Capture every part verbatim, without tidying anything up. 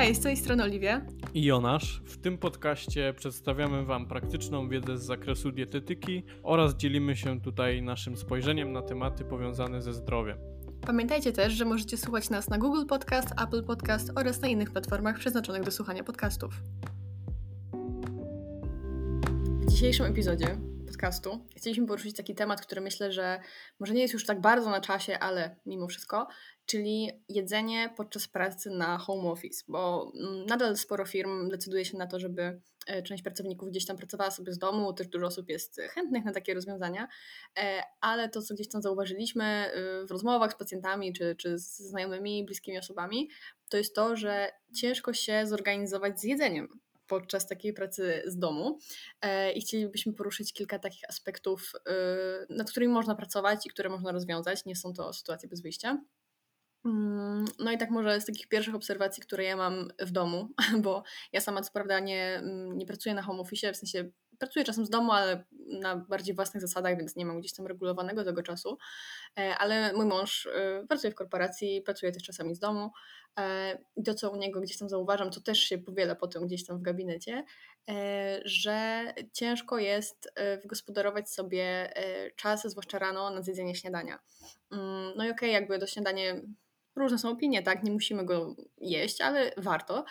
Hej, z tej strony Oliwia i Jonasz. W tym podcaście przedstawiamy Wam praktyczną wiedzę z zakresu dietetyki oraz dzielimy się tutaj naszym spojrzeniem na tematy powiązane ze zdrowiem. Pamiętajcie też, że możecie słuchać nas na Google Podcast, Apple Podcast oraz na innych platformach przeznaczonych do słuchania podcastów. W dzisiejszym epizodzie podcastu chcieliśmy poruszyć taki temat, który myślę, że może nie jest już tak bardzo na czasie, ale mimo wszystko, czyli jedzenie podczas pracy na home office, bo nadal sporo firm decyduje się na to, żeby część pracowników gdzieś tam pracowała sobie z domu, też dużo osób jest chętnych na takie rozwiązania, ale to, co gdzieś tam zauważyliśmy w rozmowach z pacjentami czy, czy z znajomymi, bliskimi osobami, to jest to, że ciężko się zorganizować z jedzeniem podczas takiej pracy z domu i chcielibyśmy poruszyć kilka takich aspektów, nad którymi można pracować i które można rozwiązać. Nie są to sytuacje bez wyjścia. No i tak może z takich pierwszych obserwacji, które ja mam w domu, bo ja sama co prawda nie, nie pracuję na home office, w sensie pracuję czasem z domu, ale na bardziej własnych zasadach, więc nie mam gdzieś tam regulowanego tego czasu, ale mój mąż pracuje w korporacji, pracuje też czasami z domu i to, co u niego gdzieś tam zauważam, to też się powiela potem gdzieś tam w gabinecie, że ciężko jest wygospodarować sobie czas, zwłaszcza rano, na zjedzenie śniadania. No i okej, okay, jakby to śniadanie, różne są opinie, tak, nie musimy go jeść, ale warto.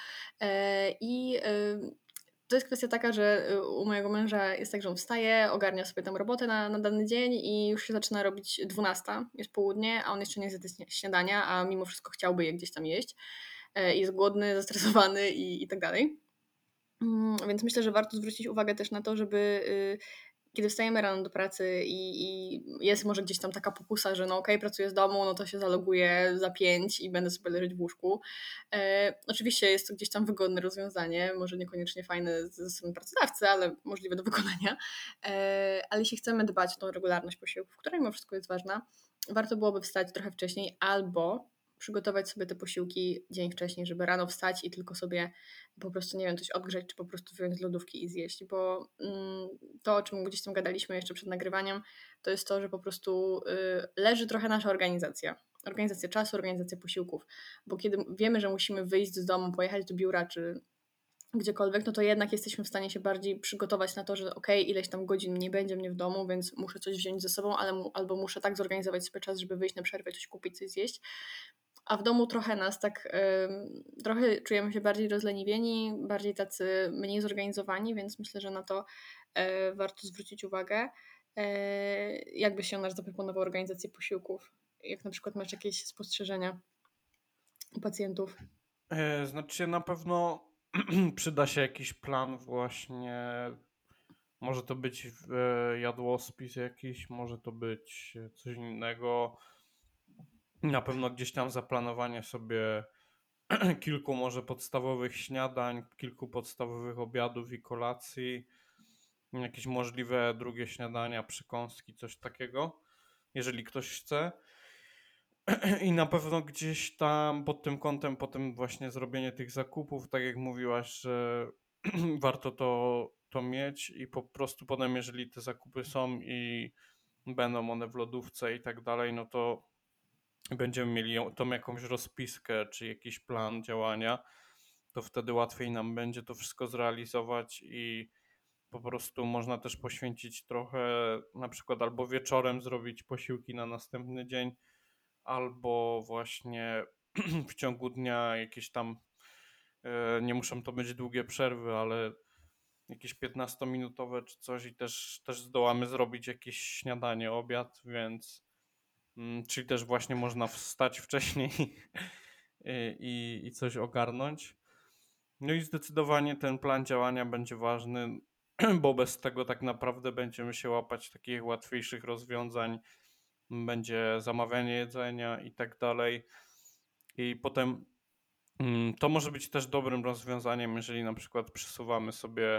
I to jest kwestia taka, że u mojego męża jest tak, że on wstaje, ogarnia sobie tam robotę na, na dany dzień i już się zaczyna robić dwunasta, jest południe, a on jeszcze nie zjadł śniadania, a mimo wszystko chciałby je gdzieś tam jeść. Jest głodny, zestresowany i, i tak dalej. Więc myślę, że warto zwrócić uwagę też na to, żeby kiedy wstajemy rano do pracy i, i jest może gdzieś tam taka pokusa, że no okej, okay, pracuję z domu, no to się zaloguję za pięć i będę sobie leżeć w łóżku. E, oczywiście jest to gdzieś tam wygodne rozwiązanie, może niekoniecznie fajne ze strony pracodawcy, ale możliwe do wykonania. E, ale jeśli chcemy dbać o tą regularność posiłków, która mimo wszystko jest ważna, warto byłoby wstać trochę wcześniej albo przygotować sobie te posiłki dzień wcześniej, żeby rano wstać i tylko sobie po prostu, nie wiem, coś odgrzać, czy po prostu wyjąć z lodówki i zjeść, bo mm, to, o czym gdzieś tam gadaliśmy jeszcze przed nagrywaniem, to jest to, że po prostu y, leży trochę nasza organizacja. Organizacja czasu, organizacja posiłków, bo kiedy wiemy, że musimy wyjść z domu, pojechać do biura, czy gdziekolwiek, no to jednak jesteśmy w stanie się bardziej przygotować na to, że okej, okay, ileś tam godzin nie będzie mnie w domu, więc muszę coś wziąć ze sobą, ale, albo muszę tak zorganizować sobie czas, żeby wyjść na przerwę, coś kupić, coś zjeść. A w domu trochę nas tak, y, trochę czujemy się bardziej rozleniwieni, bardziej tacy mniej zorganizowani, więc myślę, że na to y, warto zwrócić uwagę. Y, jakby się nasz zaproponował organizację posiłków? Jak na przykład masz jakieś spostrzeżenia u pacjentów? E, znaczy na pewno przyda się jakiś plan właśnie, może to być e, jadłospis jakiś, może to być coś innego. Na pewno gdzieś tam zaplanowanie sobie kilku może podstawowych śniadań, kilku podstawowych obiadów i kolacji, jakieś możliwe drugie śniadania, przekąski, coś takiego, jeżeli ktoś chce. I na pewno gdzieś tam pod tym kątem potem właśnie zrobienie tych zakupów, tak jak mówiłaś, że warto to, to mieć i po prostu potem, jeżeli te zakupy są i będą one w lodówce i tak dalej, no to będziemy mieli tą jakąś rozpiskę czy jakiś plan działania, to wtedy łatwiej nam będzie to wszystko zrealizować i po prostu można też poświęcić trochę, na przykład albo wieczorem zrobić posiłki na następny dzień, albo właśnie w ciągu dnia jakieś tam, nie muszą to być długie przerwy, ale jakieś piętnastominutowe czy coś i też, też zdołamy zrobić jakieś śniadanie, obiad, więc czyli też właśnie można wstać wcześniej i, i coś ogarnąć. No i zdecydowanie ten plan działania będzie ważny, bo bez tego tak naprawdę będziemy się łapać takich łatwiejszych rozwiązań, będzie zamawianie jedzenia i tak dalej. I potem to może być też dobrym rozwiązaniem, jeżeli na przykład przesuwamy sobie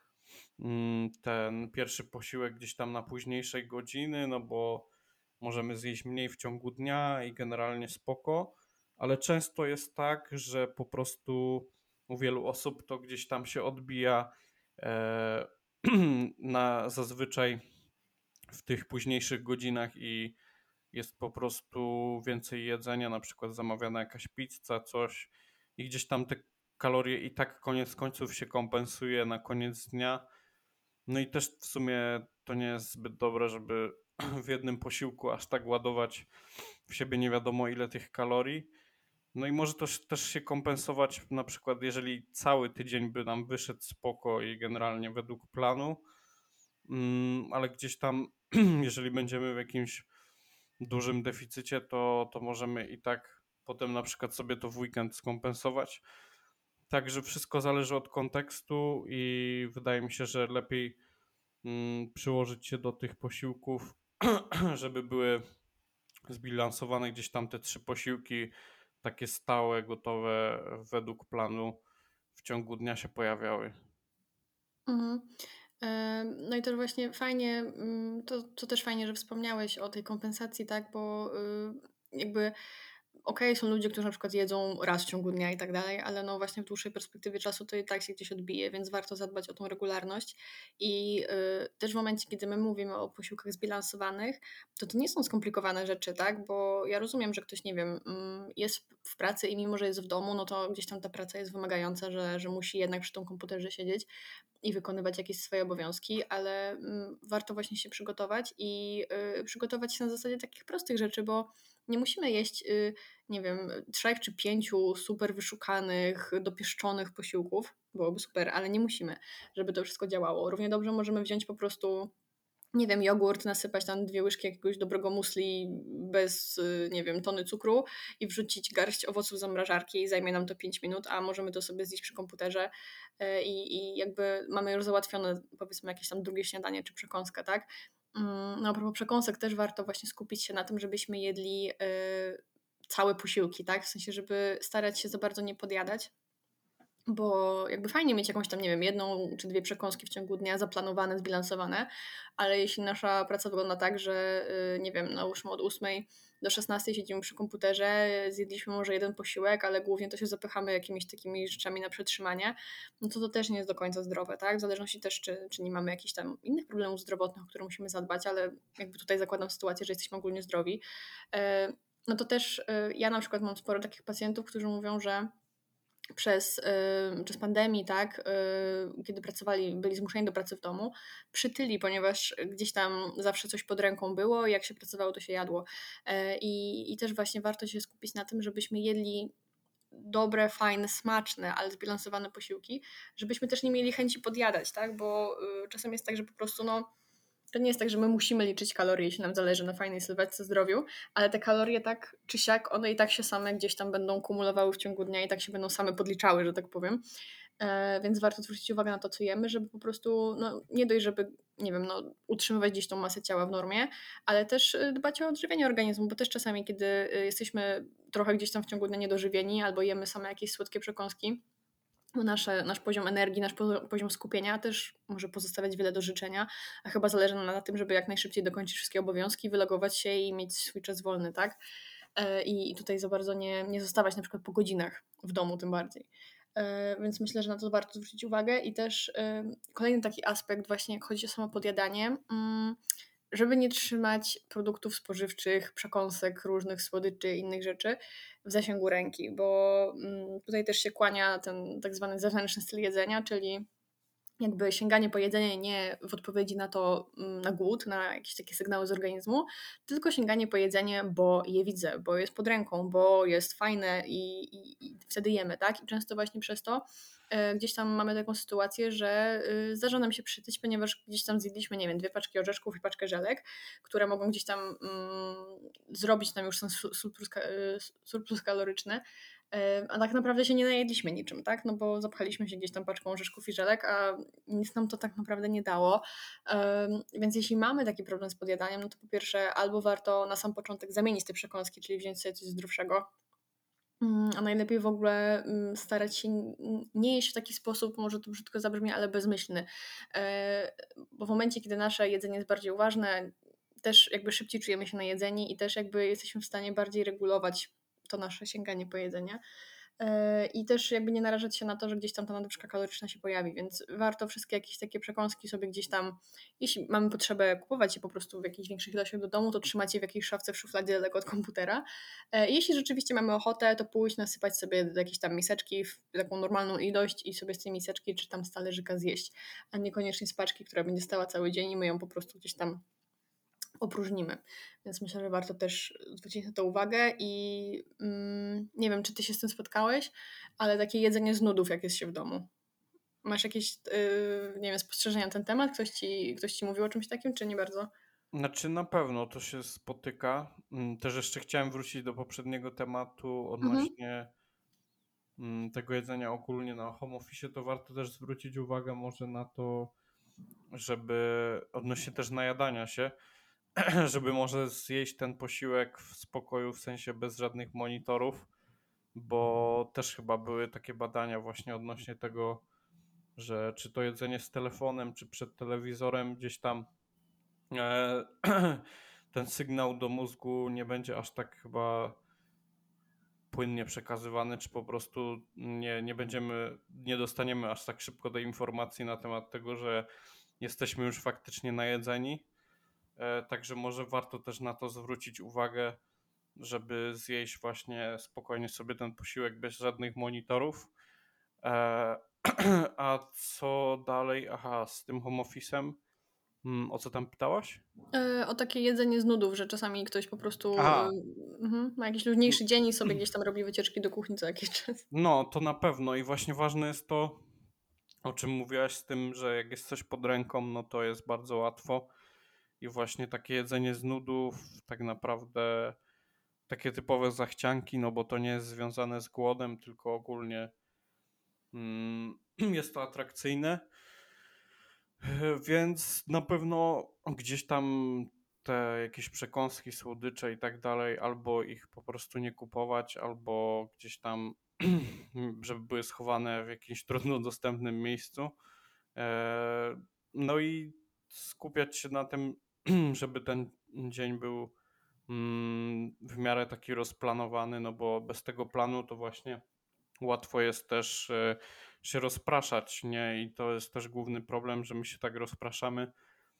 ten pierwszy posiłek gdzieś tam na późniejszej godziny, no bo możemy zjeść mniej w ciągu dnia i generalnie spoko, ale często jest tak, że po prostu u wielu osób to gdzieś tam się odbija e, na zazwyczaj w tych późniejszych godzinach i jest po prostu więcej jedzenia, na przykład zamawiana jakaś pizza, coś i gdzieś tam te kalorie i tak koniec końców się kompensuje na koniec dnia. No i też w sumie to nie jest zbyt dobre, żeby w jednym posiłku aż tak ładować w siebie nie wiadomo ile tych kalorii. No i może to sz- też się kompensować, na przykład jeżeli cały tydzień by nam wyszedł spoko i generalnie według planu, mm, ale gdzieś tam, jeżeli będziemy w jakimś dużym deficycie, to, to możemy i tak potem na przykład sobie to w weekend skompensować. Także wszystko zależy od kontekstu i wydaje mi się, że lepiej mm, przyłożyć się do tych posiłków, żeby były zbilansowane gdzieś tam te trzy posiłki, takie stałe, gotowe według planu w ciągu dnia się pojawiały. Mhm. Em, No i też właśnie fajnie, mm, to, to też fajnie, że wspomniałeś o tej kompensacji, tak, bo y, jakby okej, są ludzie, którzy na przykład jedzą raz w ciągu dnia i tak dalej, ale no właśnie w dłuższej perspektywie czasu to i tak się gdzieś odbije, więc warto zadbać o tą regularność. I y, też w momencie, kiedy my mówimy o posiłkach zbilansowanych, to to nie są skomplikowane rzeczy, tak? Bo ja rozumiem, że ktoś, nie wiem, mm, jest w pracy i mimo, że jest w domu, no to gdzieś tam ta praca jest wymagająca, że, że musi jednak przy tym komputerze siedzieć i wykonywać jakieś swoje obowiązki, ale mm, warto właśnie się przygotować i y, przygotować się na zasadzie takich prostych rzeczy, bo nie musimy jeść, y, nie wiem, trzech czy pięciu super wyszukanych, dopieszczonych posiłków. Byłoby super, ale nie musimy, żeby to wszystko działało. Równie dobrze możemy wziąć po prostu, nie wiem, jogurt, nasypać tam dwie łyżki jakiegoś dobrego musli bez, y, nie wiem, tony cukru i wrzucić garść owoców z zamrażarki i zajmie nam to pięć minut, a możemy to sobie zjeść przy komputerze y, i, i jakby mamy już załatwione, powiedzmy, jakieś tam drugie śniadanie czy przekąskę, tak? Mm, No a propos przekąsek też warto właśnie skupić się na tym, żebyśmy jedli y, całe posiłki, tak? W sensie, żeby starać się za bardzo nie podjadać, bo jakby fajnie mieć jakąś tam, nie wiem, jedną czy dwie przekąski w ciągu dnia zaplanowane, zbilansowane, ale jeśli nasza praca wygląda tak, że y, nie wiem, nałóżmy od ósmej do szesnastej siedzimy przy komputerze, zjedliśmy może jeden posiłek, ale głównie to się zapychamy jakimiś takimi rzeczami na przetrzymanie, no to to też nie jest do końca zdrowe, tak? W zależności też, czy, czy nie mamy jakichś tam innych problemów zdrowotnych, o które musimy zadbać, ale jakby tutaj zakładam sytuację, że jesteśmy ogólnie zdrowi, e, no to też e, ja na przykład mam sporo takich pacjentów, którzy mówią, że przez y, czas pandemii, tak, y, kiedy pracowali, byli zmuszeni do pracy w domu, przytyli, ponieważ gdzieś tam zawsze coś pod ręką było i jak się pracowało, to się jadło. E, I, I też właśnie warto się skupić na tym, żebyśmy jedli dobre, fajne, smaczne, ale zbilansowane posiłki, żebyśmy też nie mieli chęci podjadać, tak, bo y, czasem jest tak, że po prostu no to nie jest tak, że my musimy liczyć kalorie, jeśli nam zależy na fajnej sylwetce, zdrowiu, ale te kalorie tak czy siak, one i tak się same gdzieś tam będą kumulowały w ciągu dnia i tak się będą same podliczały, że tak powiem. E, więc warto zwrócić uwagę na to, co jemy, żeby po prostu, no nie dość, żeby, nie wiem, no utrzymywać gdzieś tą masę ciała w normie, ale też y, dbać o odżywienie organizmu, bo też czasami, kiedy y, jesteśmy trochę gdzieś tam w ciągu dnia niedożywieni albo jemy same jakieś słodkie przekąski, no nasze, nasz poziom energii, nasz poziom skupienia też może pozostawiać wiele do życzenia, a chyba zależy nam na tym, żeby jak najszybciej dokończyć wszystkie obowiązki, wylogować się i mieć swój czas wolny, tak? E, I tutaj za bardzo nie, nie zostawać na przykład po godzinach w domu tym bardziej. E, Więc myślę, że na to warto zwrócić uwagę i też e, kolejny taki aspekt właśnie, jak chodzi o samo podjadanie, mm, żeby nie trzymać produktów spożywczych, przekąsek, różnych słodyczy i innych rzeczy w zasięgu ręki, bo mm, tutaj też się kłania ten tak zwany zewnętrzny styl jedzenia, czyli jakby sięganie po jedzenie nie w odpowiedzi na to, mm, na głód, na jakieś takie sygnały z organizmu, tylko sięganie po jedzenie, bo je widzę, bo jest pod ręką, bo jest fajne i, i, i wtedy jemy, tak? I często właśnie przez to e, gdzieś tam mamy taką sytuację, że y, zdarza nam się przytyć, ponieważ gdzieś tam zjedliśmy, nie wiem, dwie paczki orzeszków i paczkę żelek, które mogą gdzieś tam mm, zrobić nam już ten su- surplus, ka- y, surplus kaloryczny, e, a tak naprawdę się nie najedliśmy niczym, tak? No bo zapchaliśmy się gdzieś tam paczką orzeszków i żelek, a nic nam to tak naprawdę nie dało. Em, Więc jeśli mamy taki problem z podjadaniem, no to po pierwsze albo warto na sam początek zamienić te przekąski, czyli wziąć sobie coś zdrowszego, mm, a najlepiej w ogóle mm, starać się n- nie jeść w taki sposób, może to brzydko zabrzmi, ale bezmyślny. E, Bo w momencie, kiedy nasze jedzenie jest bardziej uważne, też jakby szybciej czujemy się najedzeni i też jakby jesteśmy w stanie bardziej regulować to nasze sięganie po jedzenie. I też jakby nie narażać się na to, że gdzieś tam ta nadwyżka kaloryczna się pojawi, więc warto wszystkie jakieś takie przekąski sobie gdzieś tam, jeśli mamy potrzebę kupować je po prostu w jakichś większych ilościach do domu, to trzymać je w jakiejś szafce w szufladzie daleko od komputera. Jeśli rzeczywiście mamy ochotę, to pójść, nasypać sobie do jakiejś tam miseczki w taką normalną ilość i sobie z tej miseczki czy tam z talerzyka zjeść, a niekoniecznie z paczki, która będzie stała cały dzień i my ją po prostu gdzieś tam opróżnimy. Więc myślę, że warto też zwrócić na to uwagę i mm, nie wiem, czy ty się z tym spotkałeś, ale takie jedzenie z nudów, jak jest się w domu. Masz jakieś, yy, nie wiem, spostrzeżenia na ten temat? Ktoś ci, ktoś ci mówił o czymś takim, czy nie bardzo? Znaczy na pewno to się spotyka. Mm, Też jeszcze chciałem wrócić do poprzedniego tematu Mhm. odnośnie mm, tego jedzenia ogólnie na home office. To warto też zwrócić uwagę może na to, żeby odnośnie też najadania się, żeby może zjeść ten posiłek w spokoju, w sensie bez żadnych monitorów, bo też chyba były takie badania właśnie odnośnie tego, że czy to jedzenie z telefonem, czy przed telewizorem gdzieś tam e, ten sygnał do mózgu nie będzie aż tak chyba płynnie przekazywany, czy po prostu nie, nie będziemy, nie dostaniemy aż tak szybko do informacji na temat tego, że jesteśmy już faktycznie najedzeni. E, Także może warto też na to zwrócić uwagę, żeby zjeść właśnie spokojnie sobie ten posiłek bez żadnych monitorów. E, A co dalej? Aha, z tym home office'em. Mm, O co tam pytałaś? Yy, o takie jedzenie z nudów, że czasami ktoś po prostu yy, Aha, mhm, ma jakiś luźniejszy dzień i sobie gdzieś tam robi wycieczki do kuchni co jakiś czas. no to na pewno i właśnie ważne jest to, o czym mówiłaś z tym, że jak jest coś pod ręką, no to jest bardzo łatwo i właśnie takie jedzenie z nudów, tak naprawdę takie typowe zachcianki, no bo to nie jest związane z głodem, tylko ogólnie mm, jest to atrakcyjne. Więc na pewno gdzieś tam te jakieś przekąski, słodycze i tak dalej, albo ich po prostu nie kupować, albo gdzieś tam, żeby były schowane w jakimś trudno dostępnym miejscu. E, No i skupiać się na tym, żeby ten dzień był mm, w miarę taki rozplanowany, no bo bez tego planu to właśnie łatwo jest też e, się rozpraszać, nie? I to jest też główny problem, że my się tak rozpraszamy,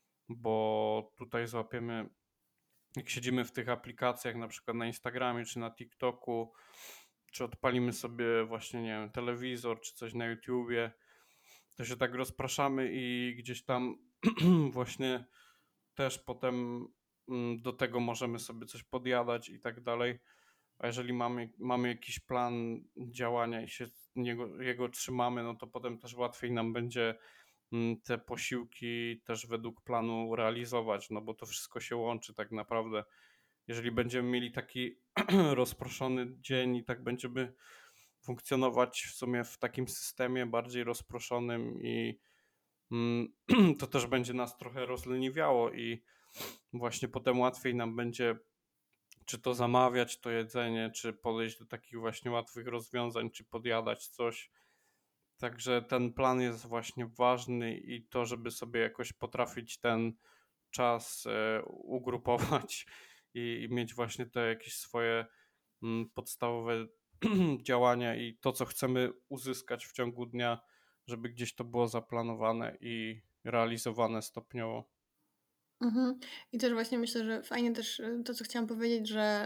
bo tutaj złapiemy, jak siedzimy w tych aplikacjach, na przykład na Instagramie czy na TikToku, czy odpalimy sobie właśnie, nie wiem, telewizor czy coś na YouTubie, to się tak rozpraszamy i gdzieś tam właśnie też potem mm, do tego możemy sobie coś podjadać i tak dalej. A jeżeli mamy, mamy jakiś plan działania i się niego, jego trzymamy, no to potem też łatwiej nam będzie mm, te posiłki też według planu realizować, no bo to wszystko się łączy tak naprawdę. Jeżeli będziemy mieli taki rozproszony dzień i tak będziemy funkcjonować w sumie w takim systemie bardziej rozproszonym i mm, to też będzie nas trochę rozleniwiało i właśnie potem łatwiej nam będzie czy to zamawiać to jedzenie, czy podejść do takich właśnie łatwych rozwiązań, czy podjadać coś. Także ten plan jest właśnie ważny i to, żeby sobie jakoś potrafić ten czas e, ugrupować i, i mieć właśnie te jakieś swoje mm, podstawowe działania i to, co chcemy uzyskać w ciągu dnia, żeby gdzieś to było zaplanowane i realizowane stopniowo. Mhm. I też właśnie myślę, że fajnie też y, to, co chciałam powiedzieć, że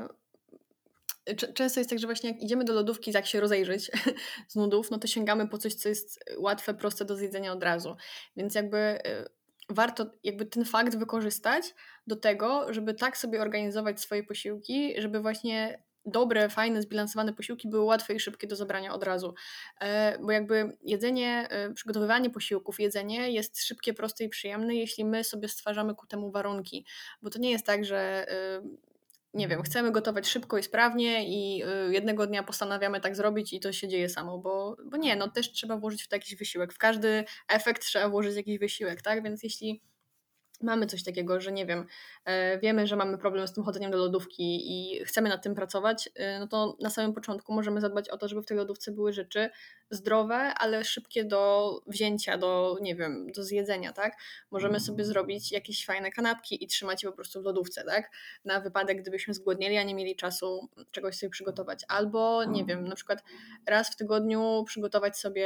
y, cze- często jest tak, że właśnie jak idziemy do lodówki, jak się rozejrzeć z nudów, no to sięgamy po coś, co jest łatwe, proste do zjedzenia od razu. Więc jakby y, warto jakby ten fakt wykorzystać do tego, żeby tak sobie organizować swoje posiłki, żeby właśnie dobre, fajne, zbilansowane posiłki były łatwe i szybkie do zabrania od razu. E, Bo jakby jedzenie, e, przygotowywanie posiłków, jedzenie jest szybkie, proste i przyjemne, jeśli my sobie stwarzamy ku temu warunki. Bo to nie jest tak, że e, nie wiem, chcemy gotować szybko i sprawnie i y, jednego dnia postanawiamy tak zrobić i to się dzieje samo, bo, bo nie, no też trzeba włożyć w to jakiś wysiłek. W każdy efekt trzeba włożyć jakiś wysiłek, tak? Więc jeśli mamy coś takiego, że nie wiem, e, wiemy, że mamy problem z tym chodzeniem do lodówki i chcemy nad tym pracować, e, no to na samym początku możemy zadbać o to, żeby w tej lodówce były rzeczy zdrowe, ale szybkie do wzięcia, do, nie wiem, do zjedzenia, tak? Możemy sobie zrobić jakieś fajne kanapki i trzymać je po prostu w lodówce, tak? Na wypadek, gdybyśmy zgłodnieli, a nie mieli czasu czegoś sobie przygotować. Albo, nie wiem, na przykład raz w tygodniu przygotować sobie,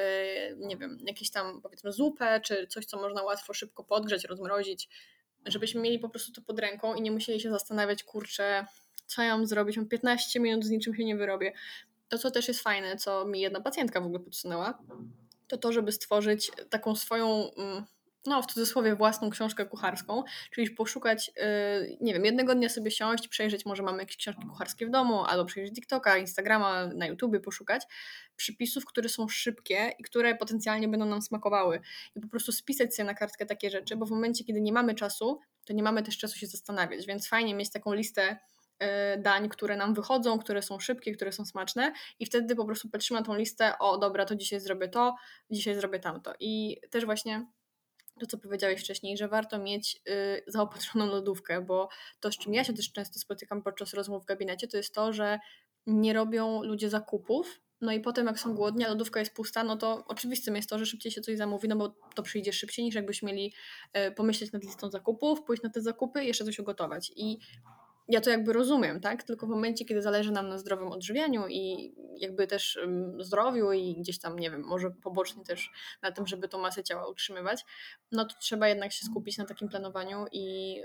e, nie wiem, jakieś tam, powiedzmy, zupę, czy coś, co można łatwo, szybko podgrzać, rozmrozić, żebyśmy mieli po prostu to pod ręką i nie musieli się zastanawiać, kurczę, co ja mam zrobić, mam piętnaście minut, z niczym się nie wyrobię. To, co też jest fajne, co mi jedna pacjentka w ogóle podsunęła, to to, żeby stworzyć taką swoją, no w cudzysłowie, własną książkę kucharską, czyli poszukać, nie wiem, jednego dnia sobie siąść, przejrzeć, może mamy jakieś książki kucharskie w domu, albo przejrzeć TikToka, Instagrama, na YouTubie poszukać przypisów, które są szybkie i które potencjalnie będą nam smakowały. I po prostu spisać sobie na kartkę takie rzeczy, bo w momencie, kiedy nie mamy czasu, to nie mamy też czasu się zastanawiać, więc fajnie mieć taką listę dań, które nam wychodzą, które są szybkie, które są smaczne i wtedy po prostu patrzymy na tą listę, o dobra, to dzisiaj zrobię to, dzisiaj zrobię tamto. I też właśnie to, co powiedziałeś wcześniej, że warto mieć y, zaopatrzoną lodówkę, bo to, z czym ja się też często spotykam podczas rozmów w gabinecie, to jest to, że nie robią ludzie zakupów, no i potem jak są głodni, a lodówka jest pusta, no to oczywistym jest to, że szybciej się coś zamówi, no bo to przyjdzie szybciej niż jakbyśmy mieli y, pomyśleć nad listą zakupów, pójść na te zakupy i jeszcze coś ugotować. I ja to jakby rozumiem, tak? Tylko w momencie, kiedy zależy nam na zdrowym odżywianiu i jakby też um, zdrowiu i gdzieś tam, nie wiem, może pobocznie też na tym, żeby tą masę ciała utrzymywać, no to trzeba jednak się skupić na takim planowaniu i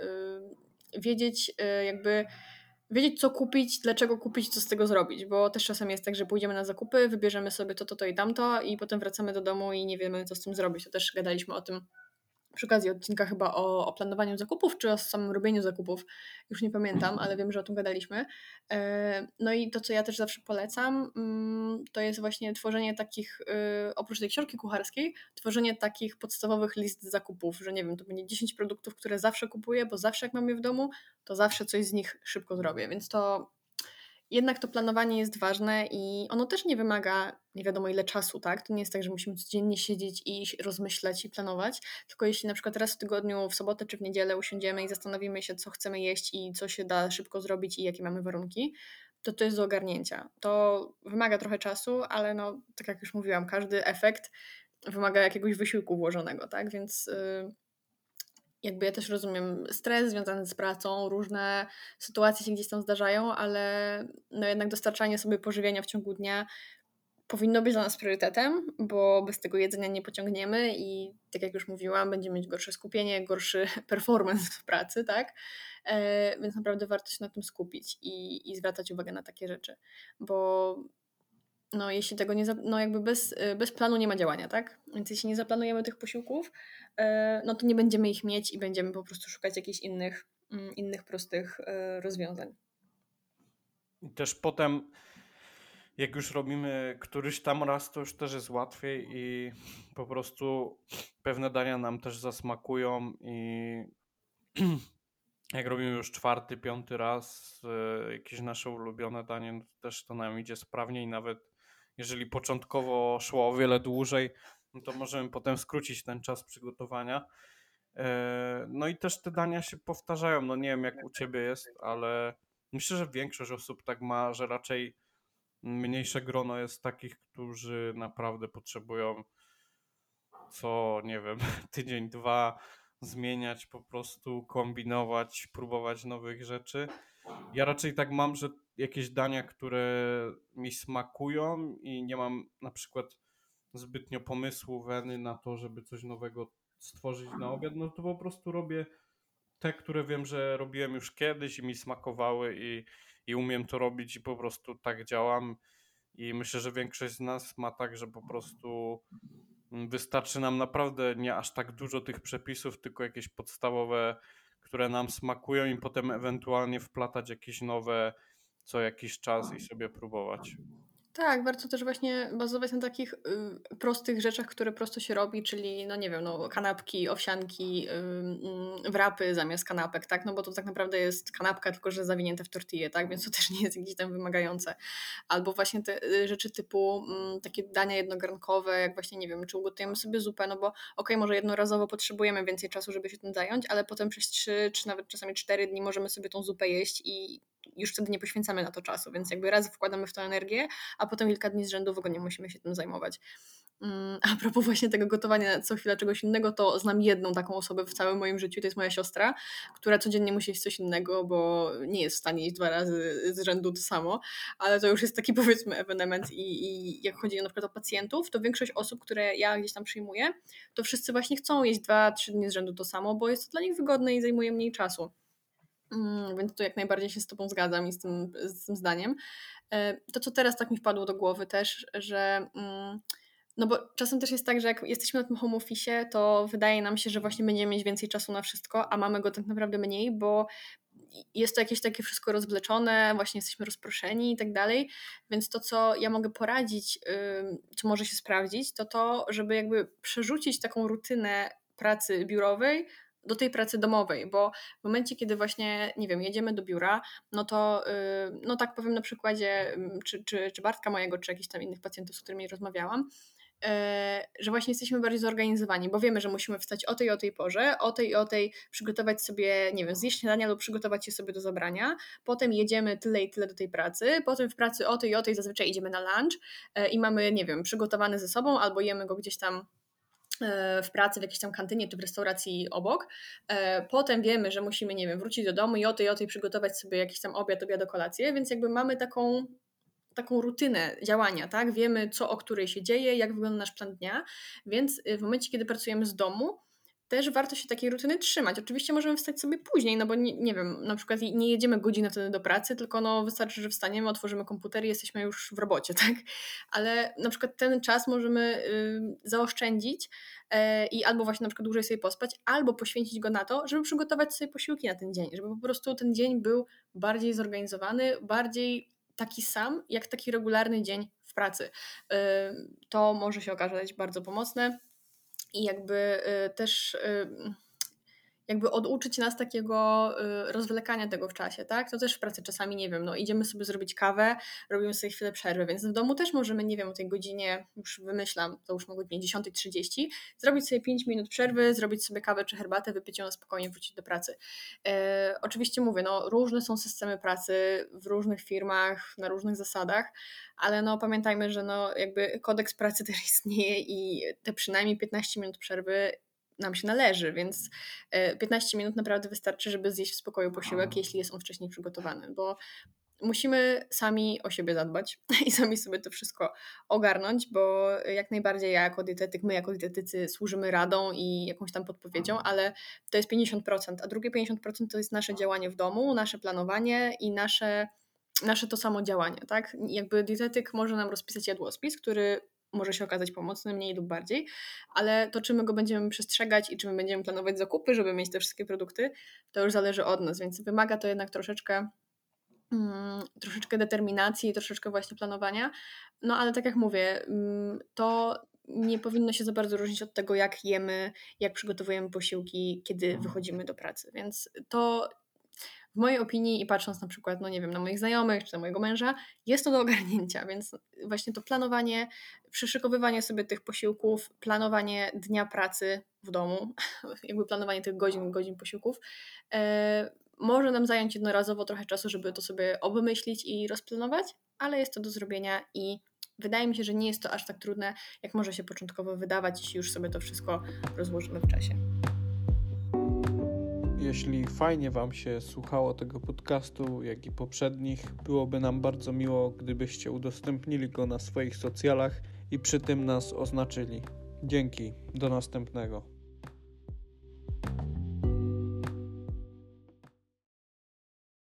yy, wiedzieć yy, jakby wiedzieć, co kupić, dlaczego kupić, co z tego zrobić, bo też czasem jest tak, że pójdziemy na zakupy, wybierzemy sobie to, to, to i tamto i potem wracamy do domu i nie wiemy, co z tym zrobić. To też gadaliśmy o tym przy okazji odcinka chyba o, o planowaniu zakupów, czy o samym robieniu zakupów, już nie pamiętam, ale wiem, że o tym gadaliśmy. No i to, co ja też zawsze polecam, to jest właśnie tworzenie takich, oprócz tej książki kucharskiej, tworzenie takich podstawowych list zakupów, że nie wiem, to będzie dziesięć produktów, które zawsze kupuję, bo zawsze jak mam je w domu, to zawsze coś z nich szybko zrobię, więc to jednak to planowanie jest ważne i ono też nie wymaga nie wiadomo ile czasu, tak? To nie jest tak, że musimy codziennie siedzieć i rozmyślać i planować, tylko jeśli na przykład raz w tygodniu, w sobotę czy w niedzielę usiądziemy i zastanowimy się, co chcemy jeść i co się da szybko zrobić i jakie mamy warunki, to to jest do ogarnięcia. To wymaga trochę czasu, ale no, tak jak już mówiłam, każdy efekt wymaga jakiegoś wysiłku włożonego, tak? Więc... Yy jakby ja też rozumiem stres związany z pracą, różne sytuacje się gdzieś tam zdarzają, ale no jednak dostarczanie sobie pożywienia w ciągu dnia powinno być dla nas priorytetem, bo bez tego jedzenia nie pociągniemy i tak jak już mówiłam, będziemy mieć gorsze skupienie, gorszy performance w pracy, tak? E, więc naprawdę warto się na tym skupić i, i zwracać uwagę na takie rzeczy, bo no jeśli tego nie, no jakby bez, bez planu nie ma działania, tak? Więc jeśli nie zaplanujemy tych posiłków, no to nie będziemy ich mieć i będziemy po prostu szukać jakichś innych, innych prostych rozwiązań. I też potem, jak już robimy któryś tam raz, to już też jest łatwiej i po prostu pewne dania nam też zasmakują i jak robimy już czwarty, piąty raz e, jakieś nasze ulubione danie, no to też to nam idzie sprawniej, nawet jeżeli początkowo szło o wiele dłużej, no to możemy potem skrócić ten czas przygotowania. E, no i też te dania się powtarzają, no nie wiem jak u ciebie jest, ale myślę, że większość osób tak ma, że raczej mniejsze grono jest takich, którzy naprawdę potrzebują co, nie wiem, tydzień, dwa zmieniać, po prostu kombinować, próbować nowych rzeczy. Ja raczej tak mam, że jakieś dania, które mi smakują i nie mam na przykład zbytnio pomysłu, weny na to, żeby coś nowego stworzyć na obiad, no to po prostu robię te, które wiem, że robiłem już kiedyś i mi smakowały i, i umiem to robić i po prostu tak działam. I myślę, że większość z nas ma tak, że po prostu wystarczy nam naprawdę nie aż tak dużo tych przepisów, tylko jakieś podstawowe, które nam smakują i potem ewentualnie wplatać jakieś nowe co jakiś czas i sobie próbować. Tak, warto też właśnie bazować na takich y, prostych rzeczach, które prosto się robi, czyli no nie wiem, no kanapki, owsianki, y, y, wrapy zamiast kanapek, tak? No bo to tak naprawdę jest kanapka, tylko że zawinięte w tortillę, tak? Więc to też nie jest jakieś tam wymagające. Albo właśnie te y, rzeczy typu y, takie dania jednogarnkowe, jak właśnie nie wiem, czy ugotujemy sobie zupę, no bo okej, okay, może jednorazowo potrzebujemy więcej czasu, żeby się tym zająć, ale potem przez trzy, czy nawet czasami cztery dni możemy sobie tą zupę jeść i już wtedy nie poświęcamy na to czasu, więc jakby raz wkładamy w to energię, a potem kilka dni z rzędu w ogóle nie musimy się tym zajmować. A propos właśnie tego gotowania co chwila czegoś innego, to znam jedną taką osobę w całym moim życiu, to jest moja siostra, która codziennie musi jeść coś innego, bo nie jest w stanie jeść dwa razy z rzędu to samo, ale to już jest taki powiedzmy ewenement i, i jak chodzi na przykład o pacjentów, to większość osób, które ja gdzieś tam przyjmuję, to wszyscy właśnie chcą jeść dwa, trzy dni z rzędu to samo, bo jest to dla nich wygodne i zajmuje mniej czasu. Mm, więc tu jak najbardziej się z Tobą zgadzam i z tym, z tym zdaniem. To, co teraz tak mi wpadło do głowy też, że mm, no bo czasem też jest tak, że jak jesteśmy na tym home office, to wydaje nam się, że właśnie będziemy mieć więcej czasu na wszystko, a mamy go tak naprawdę mniej, bo jest to jakieś takie wszystko rozwleczone, właśnie jesteśmy rozproszeni i tak dalej, więc to, co ja mogę poradzić, co może się sprawdzić, to to, żeby jakby przerzucić taką rutynę pracy biurowej do tej pracy domowej, bo w momencie, kiedy właśnie, nie wiem, jedziemy do biura, no to, no tak powiem na przykładzie czy, czy, czy Bartka mojego, czy jakichś tam innych pacjentów, z którymi rozmawiałam, że właśnie jesteśmy bardziej zorganizowani, bo wiemy, że musimy wstać o tej i o tej porze, o tej i o tej przygotować sobie, nie wiem, zjeść śniadania lub przygotować się sobie do zabrania, potem jedziemy tyle i tyle do tej pracy, potem w pracy o tej i o tej zazwyczaj idziemy na lunch i mamy, nie wiem, przygotowany ze sobą albo jemy go gdzieś tam w pracy, w jakiejś tam kantynie czy w restauracji obok. Potem wiemy, że musimy, nie wiem, wrócić do domu i o tej, o tej przygotować sobie jakiś tam obiad, obiad, kolację, więc jakby mamy taką taką rutynę działania, tak? Wiemy, co o której się dzieje, jak wygląda nasz plan dnia, więc w momencie, kiedy pracujemy z domu, też warto się takiej rutyny trzymać. Oczywiście możemy wstać sobie później, no bo nie, nie wiem, na przykład nie jedziemy godzinę wtedy do pracy, tylko no wystarczy, że wstaniemy, otworzymy komputer i jesteśmy już w robocie, tak? Ale na przykład ten czas możemy y, zaoszczędzić y, i albo właśnie na przykład dłużej sobie pospać, albo poświęcić go na to, żeby przygotować sobie posiłki na ten dzień, żeby po prostu ten dzień był bardziej zorganizowany, bardziej taki sam, jak taki regularny dzień w pracy. To może się okazać bardzo pomocne i jakby też jakby oduczyć nas takiego rozwlekania tego w czasie, tak? To też w pracy czasami, nie wiem, no idziemy sobie zrobić kawę, robimy sobie chwilę przerwy, więc w domu też możemy, nie wiem, o tej godzinie, już wymyślam, to już o godzinie dziesiąta trzydzieści, zrobić sobie pięć minut przerwy, zrobić sobie kawę czy herbatę, wypić ją na spokojnie, wrócić do pracy. E, oczywiście mówię, no różne są systemy pracy w różnych firmach, na różnych zasadach, ale no pamiętajmy, że no jakby kodeks pracy też istnieje i te przynajmniej piętnaście minut przerwy nam się należy, więc piętnaście minut naprawdę wystarczy, żeby zjeść w spokoju posiłek, jeśli jest on wcześniej przygotowany, bo musimy sami o siebie zadbać i sami sobie to wszystko ogarnąć, bo jak najbardziej ja jako dietetyk, my jako dietetycy służymy radą i jakąś tam podpowiedzią, ale to jest pięćdziesiąt procent, a drugie pięćdziesiąt procent to jest nasze działanie w domu, nasze planowanie i nasze, nasze to samo działanie, tak? Jakby dietetyk może nam rozpisać jadłospis, który może się okazać pomocny, mniej lub bardziej, ale to, czy my go będziemy przestrzegać i czy my będziemy planować zakupy, żeby mieć te wszystkie produkty, to już zależy od nas, więc wymaga to jednak troszeczkę mm, troszeczkę determinacji, troszeczkę właśnie planowania, no ale tak jak mówię, to nie powinno się za bardzo różnić od tego, jak jemy, jak przygotowujemy posiłki, kiedy wychodzimy do pracy, więc to w mojej opinii i patrząc na przykład, no nie wiem, na moich znajomych czy na mojego męża, jest to do ogarnięcia, więc właśnie to planowanie, przyszykowywanie sobie tych posiłków, planowanie dnia pracy w domu, jakby planowanie tych godzin, godzin posiłków, e, może nam zająć jednorazowo trochę czasu, żeby to sobie obmyślić i rozplanować, ale jest to do zrobienia i wydaje mi się, że nie jest to aż tak trudne, jak może się początkowo wydawać, jeśli już sobie to wszystko rozłożymy w czasie. Jeśli fajnie Wam się słuchało tego podcastu, jak i poprzednich, byłoby nam bardzo miło, gdybyście udostępnili go na swoich socjalach i przy tym nas oznaczyli. Dzięki, do następnego.